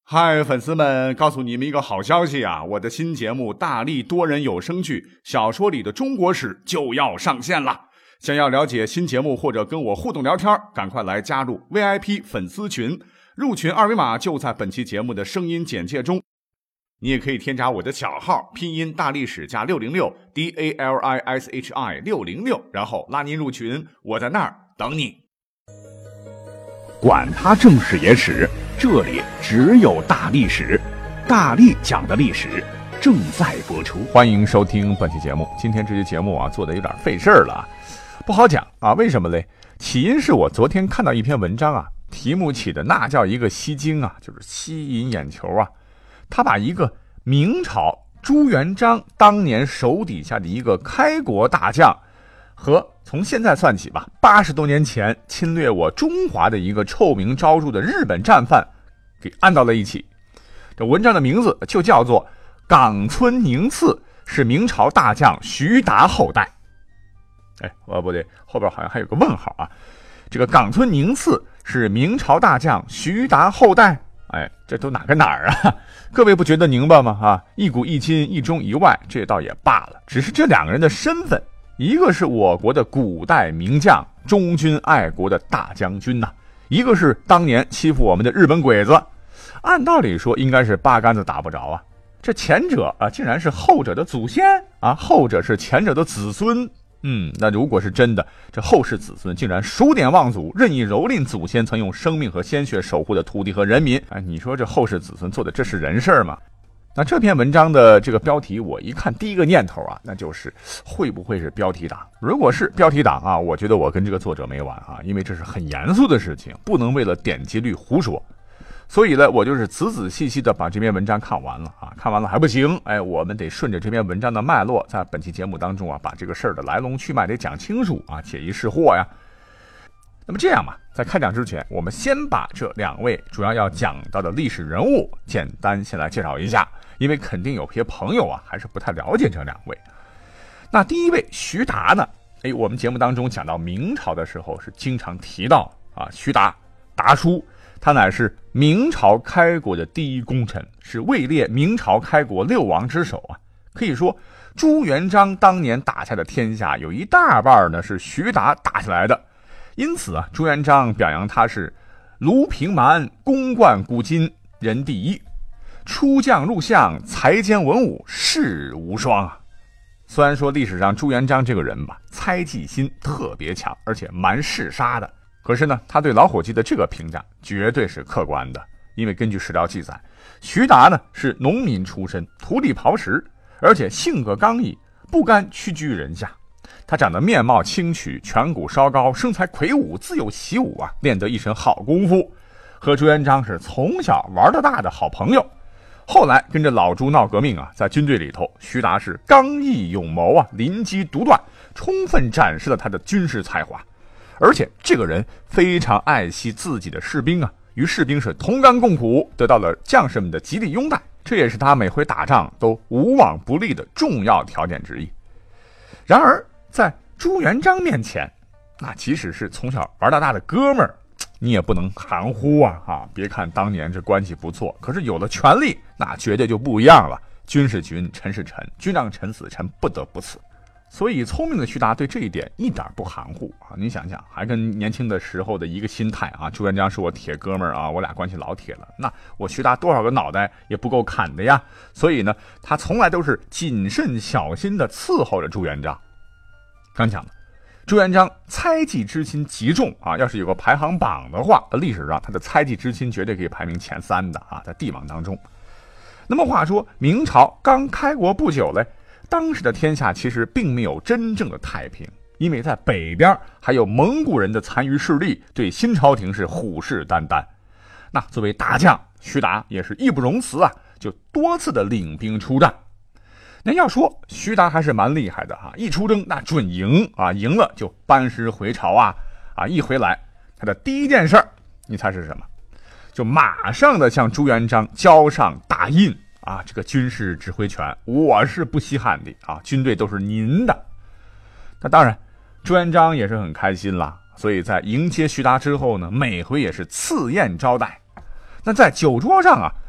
嗨，粉丝们，告诉你们一个好消息啊！我的新节目《大力多人有声剧小说里的中国史》就要上线了。想要了解新节目或者跟我互动聊天，赶快来加入 VIP 粉丝群，入群二维码就在本期节目的声音简介中。你也可以添加我的小号，拼音大历史加606 DALISHI 606，然后拉您入群，我在那儿等你。 管他正史野史，这里只有大历史，大力讲的历史正在播出。 欢迎收听本期节目。今天这期节目啊，做的有点费事儿了，不好讲啊。为什么嘞？起因是我昨天看到一篇文章啊，题目起的那叫一个吸睛啊，就是吸引眼球啊。他把一个明朝朱元璋当年手底下的一个开国大将，和从现在算起吧，80多年前侵略我中华的一个臭名昭著的日本战犯给按到了一起。这文章的名字就叫做冈村宁次是明朝大将徐达后代。不对，后边好像还有个问号啊。这个冈村宁次是明朝大将徐达后代，这都哪跟哪儿啊？各位不觉得拧巴吗？一古一今，一中一外，这倒也罢了。只是这两个人的身份，一个是我国的古代名将，忠君爱国的大将军呐，一个是当年欺负我们的日本鬼子。按道理说应该是八竿子打不着啊。这前者啊，竟然是后者的祖先啊，后者是前者的子孙。那如果是真的，这后世子孙竟然数典忘祖，任意蹂躏祖先曾用生命和鲜血守护的土地和人民，你说这后世子孙做的这是人事吗？那这篇文章的这个标题，我一看第一个念头啊，那就是会不会是标题党？如果是标题党啊，我觉得我跟这个作者没完啊，因为这是很严肃的事情，不能为了点击率胡说。所以呢，我就是仔仔细细的把这篇文章看完了啊，看完了还不行，我们得顺着这篇文章的脉络，在本期节目当中啊，把这个事儿的来龙去脉得讲清楚啊，解疑释惑呀。那么这样嘛，在开讲之前，我们先把这两位主要讲到的历史人物简单先来介绍一下，因为肯定有些朋友啊还是不太了解这两位。那第一位徐达呢，我们节目当中讲到明朝的时候是经常提到啊，徐达达叔，他乃是明朝开国的第一功臣，是位列明朝开国6王之首啊。可以说朱元璋当年打下的天下有一大半呢是徐达打下来的，因此啊，朱元璋表扬他是卢平蛮，公冠古今，人第一，出将入相，才兼文武，世无双啊。虽然说历史上朱元璋这个人吧，猜忌心特别强，而且蛮嗜杀的，可是呢，他对老伙计的这个评价绝对是客观的，因为根据史料记载，徐达呢是农民出身，土里刨食，而且性格刚毅，不甘屈居人下。他长得面貌清曲，颧骨稍高，身材魁梧，自幼习武啊，练得一身好功夫，和朱元璋是从小玩到大的好朋友。后来跟着老朱闹革命啊，在军队里头，徐达是刚毅勇谋啊，临机独断，充分展示了他的军事才华。而且这个人非常爱惜自己的士兵啊，与士兵是同甘共苦，得到了将士们的极力拥戴，这也是他每回打仗都无往不利的重要条件之一。然而在朱元璋面前，那即使是从小玩到大的哥们儿，你也不能含糊啊！别看当年这关系不错，可是有了权力，那绝对就不一样了。君是君，臣是臣，君让臣死，臣不得不死。所以聪明的徐达对这一点一点不含糊啊！你想想，还跟年轻的时候的一个心态啊，朱元璋是我铁哥们儿啊，我俩关系老铁了，那我徐达多少个脑袋也不够砍的呀。所以呢，他从来都是谨慎小心的伺候着朱元璋。刚讲的，朱元璋猜忌之心极重啊，要是有个排行榜的话，历史上他的猜忌之心绝对可以排名前3的啊，在帝王当中。那么话说，明朝刚开国不久嘞，当时的天下其实并没有真正的太平，因为在北边还有蒙古人的残余势力对新朝廷是虎视眈眈。那作为大将，徐达也是义不容辞啊，就多次的领兵出战。那要说徐达还是蛮厉害的哈，一出征那准赢啊，赢了就班师回朝啊，一回来他的第一件事儿，你猜是什么？就马上的向朱元璋交上大印啊，这个军事指挥权我是不稀罕的啊，军队都是您的。那当然朱元璋也是很开心啦，所以在迎接徐达之后呢，每回也是赐宴招待。那在酒桌上啊，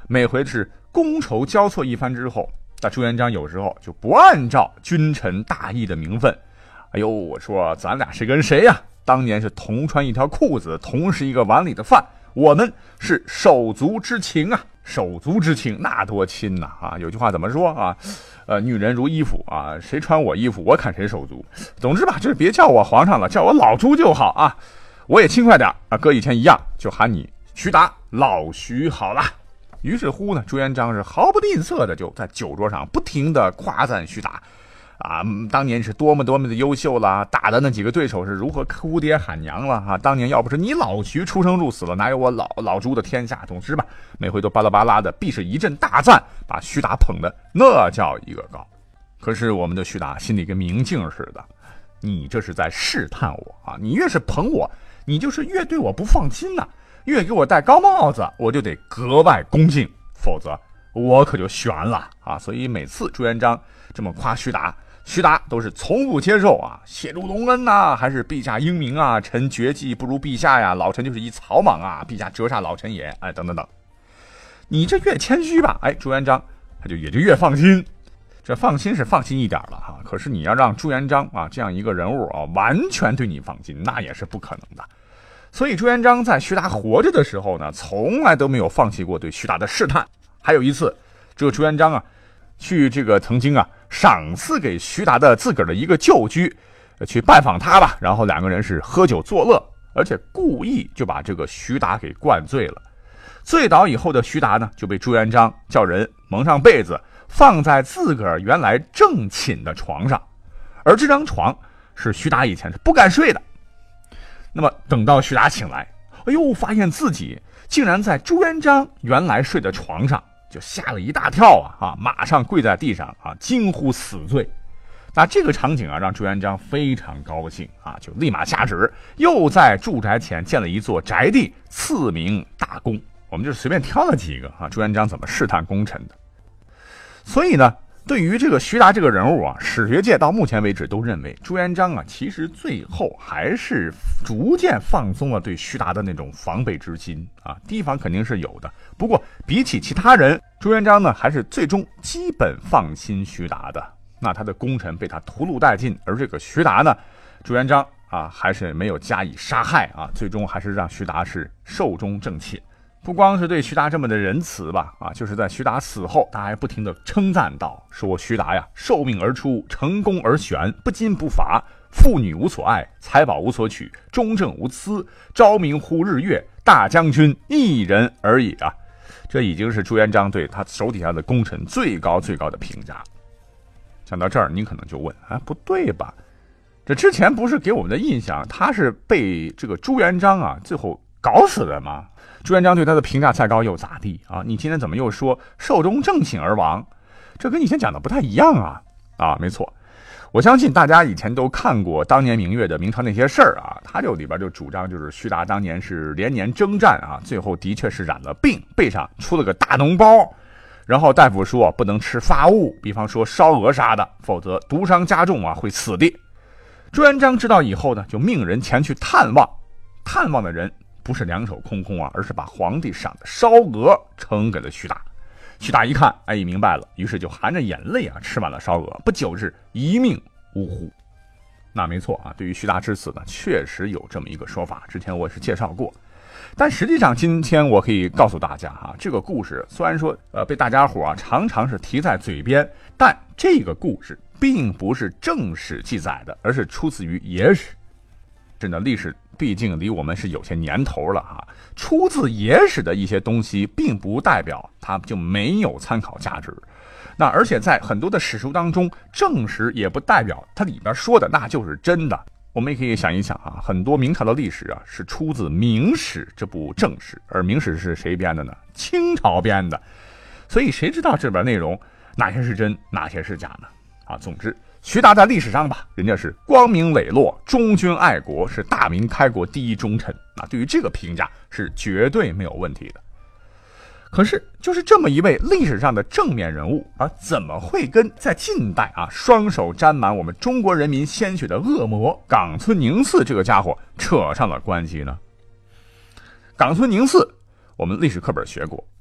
每回是觥筹交错一番之后，那朱元璋有时候就不按照君臣大义的名分，哎呦，我说咱俩是跟谁呀？当年是同穿一条裤子，同食一个碗里的饭，我们是手足之情啊，手足之情那多亲呐啊！有句话怎么说啊？女人如衣服啊，谁穿我衣服，我砍谁手足。总之吧，就是别叫我皇上了，叫我老朱就好啊。我也轻快点啊，搁以前一样，就喊你徐达老徐好了。于是乎呢，朱元璋是毫不吝啬的就在酒桌上不停的夸赞徐达啊，当年是多么多么的优秀啦，打的那几个对手是如何哭爹喊娘了啊！当年要不是你老徐出生入死了，哪有我老朱的天下？总之吧，每回都巴拉巴拉的，必是一阵大赞，把徐达捧的那叫一个高。可是我们的徐达心里跟明镜似的，你这是在试探我啊！你越是捧我，你就是越对我不放心啊！越给我戴高帽子，我就得格外恭敬，否则我可就悬了啊！所以每次朱元璋这么夸徐达都是从不接受啊，谢主隆恩呐，还是陛下英明啊，臣绝技不如陛下呀，老臣就是一草莽啊，陛下折煞老臣也，哎，等等等。你这越谦虚吧，哎，朱元璋他也就越放心。这放心是放心一点了哈，可是你要让朱元璋啊这样一个人物啊完全对你放心，那也是不可能的。所以朱元璋在徐达活着的时候呢，从来都没有放弃过对徐达的试探。还有一次，这个朱元璋啊，去这个曾经啊赏赐给徐达的自个儿的一个旧居，去拜访他吧。然后两个人是喝酒作乐，而且故意就把这个徐达给灌醉了。醉倒以后的徐达呢，就被朱元璋叫人蒙上被子，放在自个儿原来正寝的床上，而这张床是徐达以前是不敢睡的。那么等到徐达醒来，哎呦，发现自己竟然在朱元璋原来睡的床上，就吓了一大跳啊！马上跪在地上啊，惊呼死罪。那这个场景啊，让朱元璋非常高兴啊，就立马下旨，又在住宅前建了一座宅地，赐名大功。我们就是随便挑了几个啊，朱元璋怎么试探功臣的。所以呢，对于这个徐达这个人物啊，史学界到目前为止都认为朱元璋啊，其实最后还是逐渐放松了对徐达的那种防备之心啊。提防肯定是有的，不过比起其他人，朱元璋呢还是最终基本放心徐达的。那他的功臣被他屠戮殆尽，而这个徐达呢，朱元璋啊还是没有加以杀害啊，最终还是让徐达是寿终正寝。不光是对徐达这么的仁慈吧，啊，就是在徐达死后，他还不停地称赞道，说徐达呀，受命而出，成功而选，不矜不伐，妇女无所爱，财宝无所取，忠正无私，昭明乎日月，大将军一人而已啊！这已经是朱元璋对他手底下的功臣最高的评价。讲到这儿，您可能就问啊，不对吧？这之前不是给我们的印象，他是被这个朱元璋啊最后搞死的吗？朱元璋对他的评价再高又咋地啊？你今天怎么又说寿终正寝而亡？这跟以前讲的不太一样啊！啊，没错，我相信大家以前都看过当年明月的明朝那些事儿啊，他这里边就主张就是徐达当年是连年征战啊，最后的确是染了病，背上出了个大脓包，然后大夫说不能吃发物，比方说烧鹅啥的，否则毒伤加重啊，会死的。朱元璋知道以后呢，就命人前去探望，探望的人不是两手空空啊，而是把皇帝赏的烧鹅呈给了徐达。徐达一看，哎，明白了，于是就含着眼泪啊吃完了烧鹅，不久是一命呜呼。那没错啊，对于徐达之死呢，确实有这么一个说法，之前我也是介绍过。但实际上今天我可以告诉大家啊，这个故事虽然说被大家伙啊常常是提在嘴边，但这个故事并不是正史记载的，而是出自于野史。真的，历史毕竟离我们是有些年头了啊，出自野史的一些东西并不代表它就没有参考价值。那而且在很多的史书当中，正史也不代表它里边说的那就是真的。我们也可以想一想啊，很多明朝的历史啊是出自《明史》这部正史，而《明史》是谁编的呢？清朝编的。所以谁知道这边内容哪些是真，哪些是假呢？啊，总之徐达在历史上吧，人家是光明磊落，忠君爱国，是大明开国第一忠臣。那对于这个评价是绝对没有问题的。可是就是这么一位历史上的正面人物啊，怎么会跟在近代啊双手沾满我们中国人民鲜血的恶魔冈村宁次这个家伙扯上了关系呢？冈村宁次我们历史课本学过，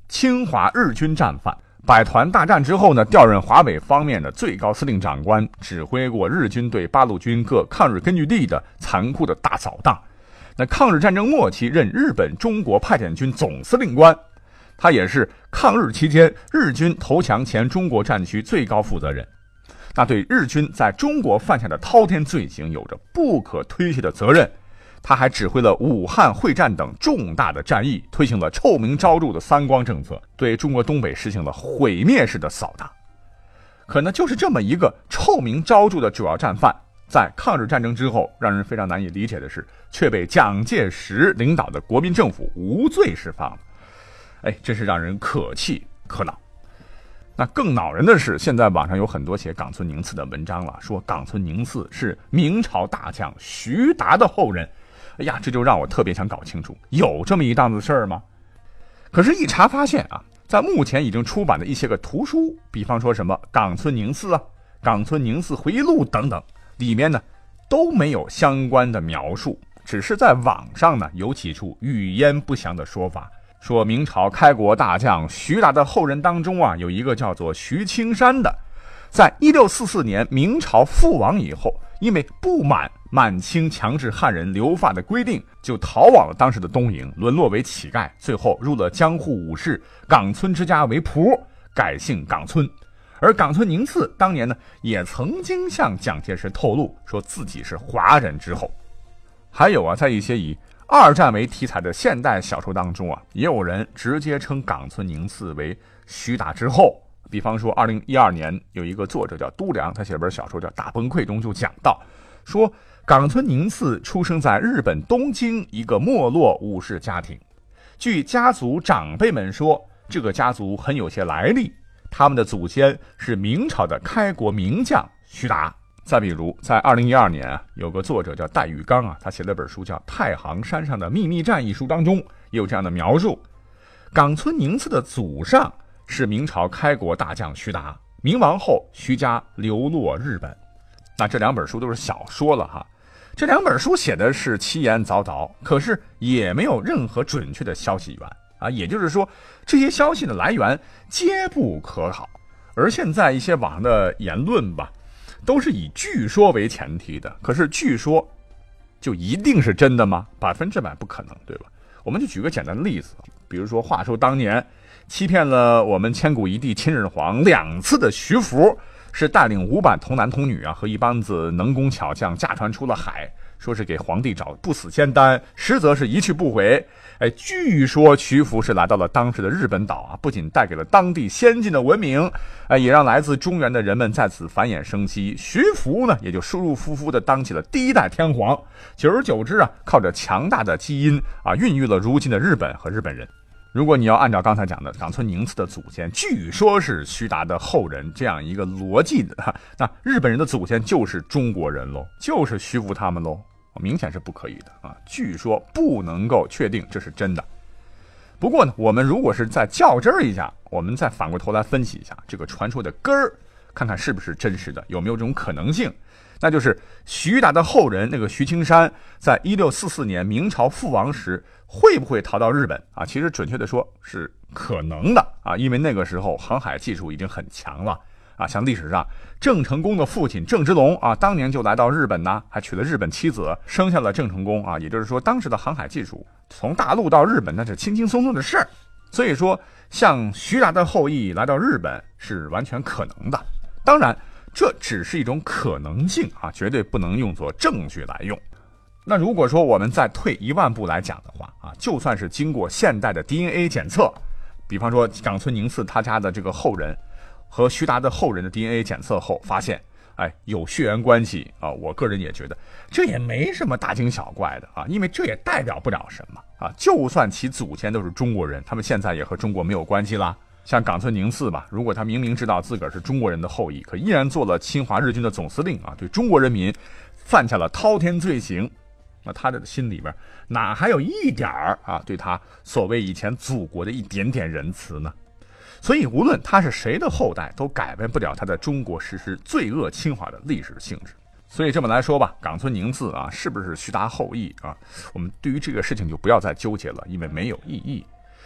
侵华日军战犯。百团大战之后呢，调任华北方面的最高司令长官，指挥过日军对八路军各抗日根据地的残酷的大扫荡。那抗日战争末期任日本中国派遣军总司令官，他也是抗日期间日军投降前中国战区最高负责人。那对日军在中国犯下的滔天罪行有着不可推卸的责任。他还指挥了武汉会战等重大的战役，推行了臭名昭著的三光政策，对中国东北实行了毁灭式的扫荡。可能就是这么一个臭名昭著的主要战犯，在抗日战争之后，让人非常难以理解的是，却被蒋介石领导的国民政府无罪释放了。真是让人可气可恼。那更恼人的是，现在网上有很多写冈村宁次的文章了，说冈村宁次是明朝大将徐达的后人。这就让我特别想搞清楚，有这么一档子事儿吗？可是一查发现啊，在目前已经出版的一些个图书，比方说什么冈村宁次啊、冈村宁次回忆录等等，里面呢都没有相关的描述，只是在网上呢有几处语焉不详的说法，说明朝开国大将徐达的后人当中啊，有一个叫做徐青山的，在1644年明朝覆亡以后，因为不满满清强制汉人留发的规定，就逃往了当时的东瀛，沦落为乞丐，最后入了江户武士冈村之家为仆，改姓冈村。而冈村宁次当年呢，也曾经向蒋介石透露说自己是华人之后。还有啊，在一些以二战为题材的现代小说当中啊，也有人直接称冈村宁次为徐达之后。比方说2012年有一个作者叫都良，他写了本小说叫《大崩溃》，中就讲到说，冈村宁次出生在日本东京一个没落武士家庭。据家族长辈们说，这个家族很有些来历，他们的祖先是明朝的开国名将徐达。再比如在2012年啊，有个作者叫戴玉刚啊，他写了本书叫《太行山上的秘密战》一书当中也有这样的描述，冈村宁次的祖上是明朝开国大将徐达，明亡后徐家流落日本。那这两本书都是小说了哈，这两本书写的是其言凿凿，可是也没有任何准确的消息源啊，也就是说这些消息的来源皆不可考。而现在一些网上的言论吧，都是以据说为前提的，可是据说就一定是真的吗？100%不可能，对吧？我们就举个简单的例子，比如说话说当年欺骗了我们千古一帝秦始皇2次的徐福，是带领500童男童女啊和一帮子能工巧匠驾船出了海，说是给皇帝找不死仙丹，实则是一去不回。据说徐福是来到了当时的日本岛啊，不仅带给了当地先进的文明，也让来自中原的人们在此繁衍生息。徐福呢，也就舒舒服服的当起了第1代天皇。久而久之啊，靠着强大的基因啊，孕育了如今的日本和日本人。如果你要按照刚才讲的冈村宁次的祖先据说是徐达的后人这样一个逻辑的，那日本人的祖先就是中国人喽，就是徐福他们喽，明显是不可以的啊！据说不能够确定这是真的。不过呢，我们如果是再较真一下，我们再反过头来分析一下这个传说的根儿，看看是不是真实的，有没有这种可能性。那就是徐达的后人那个徐青山，在1644年明朝覆亡时会不会逃到日本啊？其实准确的说是可能的啊，因为那个时候航海技术已经很强了啊。像历史上郑成功的父亲郑芝龙啊，当年就来到日本呢，还娶了日本妻子，生下了郑成功啊。也就是说，当时的航海技术从大陆到日本那是轻轻松松的事儿。所以说，像徐达的后裔来到日本是完全可能的。当然，这只是一种可能性啊，绝对不能用作证据来用。那如果说我们再退1万步来讲的话啊，就算是经过现代的 DNA 检测，比方说冈村宁次他家的这个后人和徐达的后人的 DNA 检测后发现，有血缘关系啊，我个人也觉得这也没什么大惊小怪的啊，因为这也代表不了什么啊。就算其祖先都是中国人，他们现在也和中国没有关系啦。像冈村宁次吧，如果他明明知道自个儿是中国人的后裔，可依然做了侵华日军的总司令啊，对中国人民犯下了滔天罪行，那他的心里边哪还有一点啊对他所谓以前祖国的一点点仁慈呢？所以无论他是谁的后代，都改变不了他在中国实施罪恶侵华的历史性质。所以这么来说吧，冈村宁次啊是不是徐达后裔啊，我们对于这个事情就不要再纠结了，因为没有意义。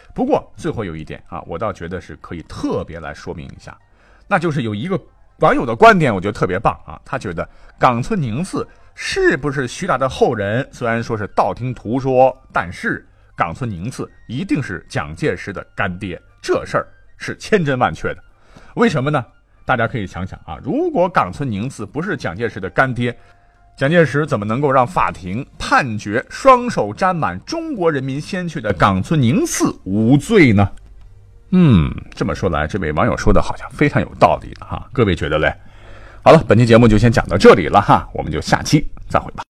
不过最后有一点啊，我倒觉得是可以特别来说明一下，那就是有一个网友的观点，我觉得特别棒啊。他觉得冈村宁次是不是徐达的后人，虽然说是道听途说，但是冈村宁次一定是蒋介石的干爹，这事儿是千真万确的。为什么呢？大家可以想想啊，如果冈村宁次不是蒋介石的干爹，蒋介石怎么能够让法庭判决双手沾满中国人民鲜血的冈村宁次无罪呢？这么说来，这位网友说的好像非常有道理了哈，各位觉得嘞？好了，本期节目就先讲到这里了哈，我们就下期再会吧。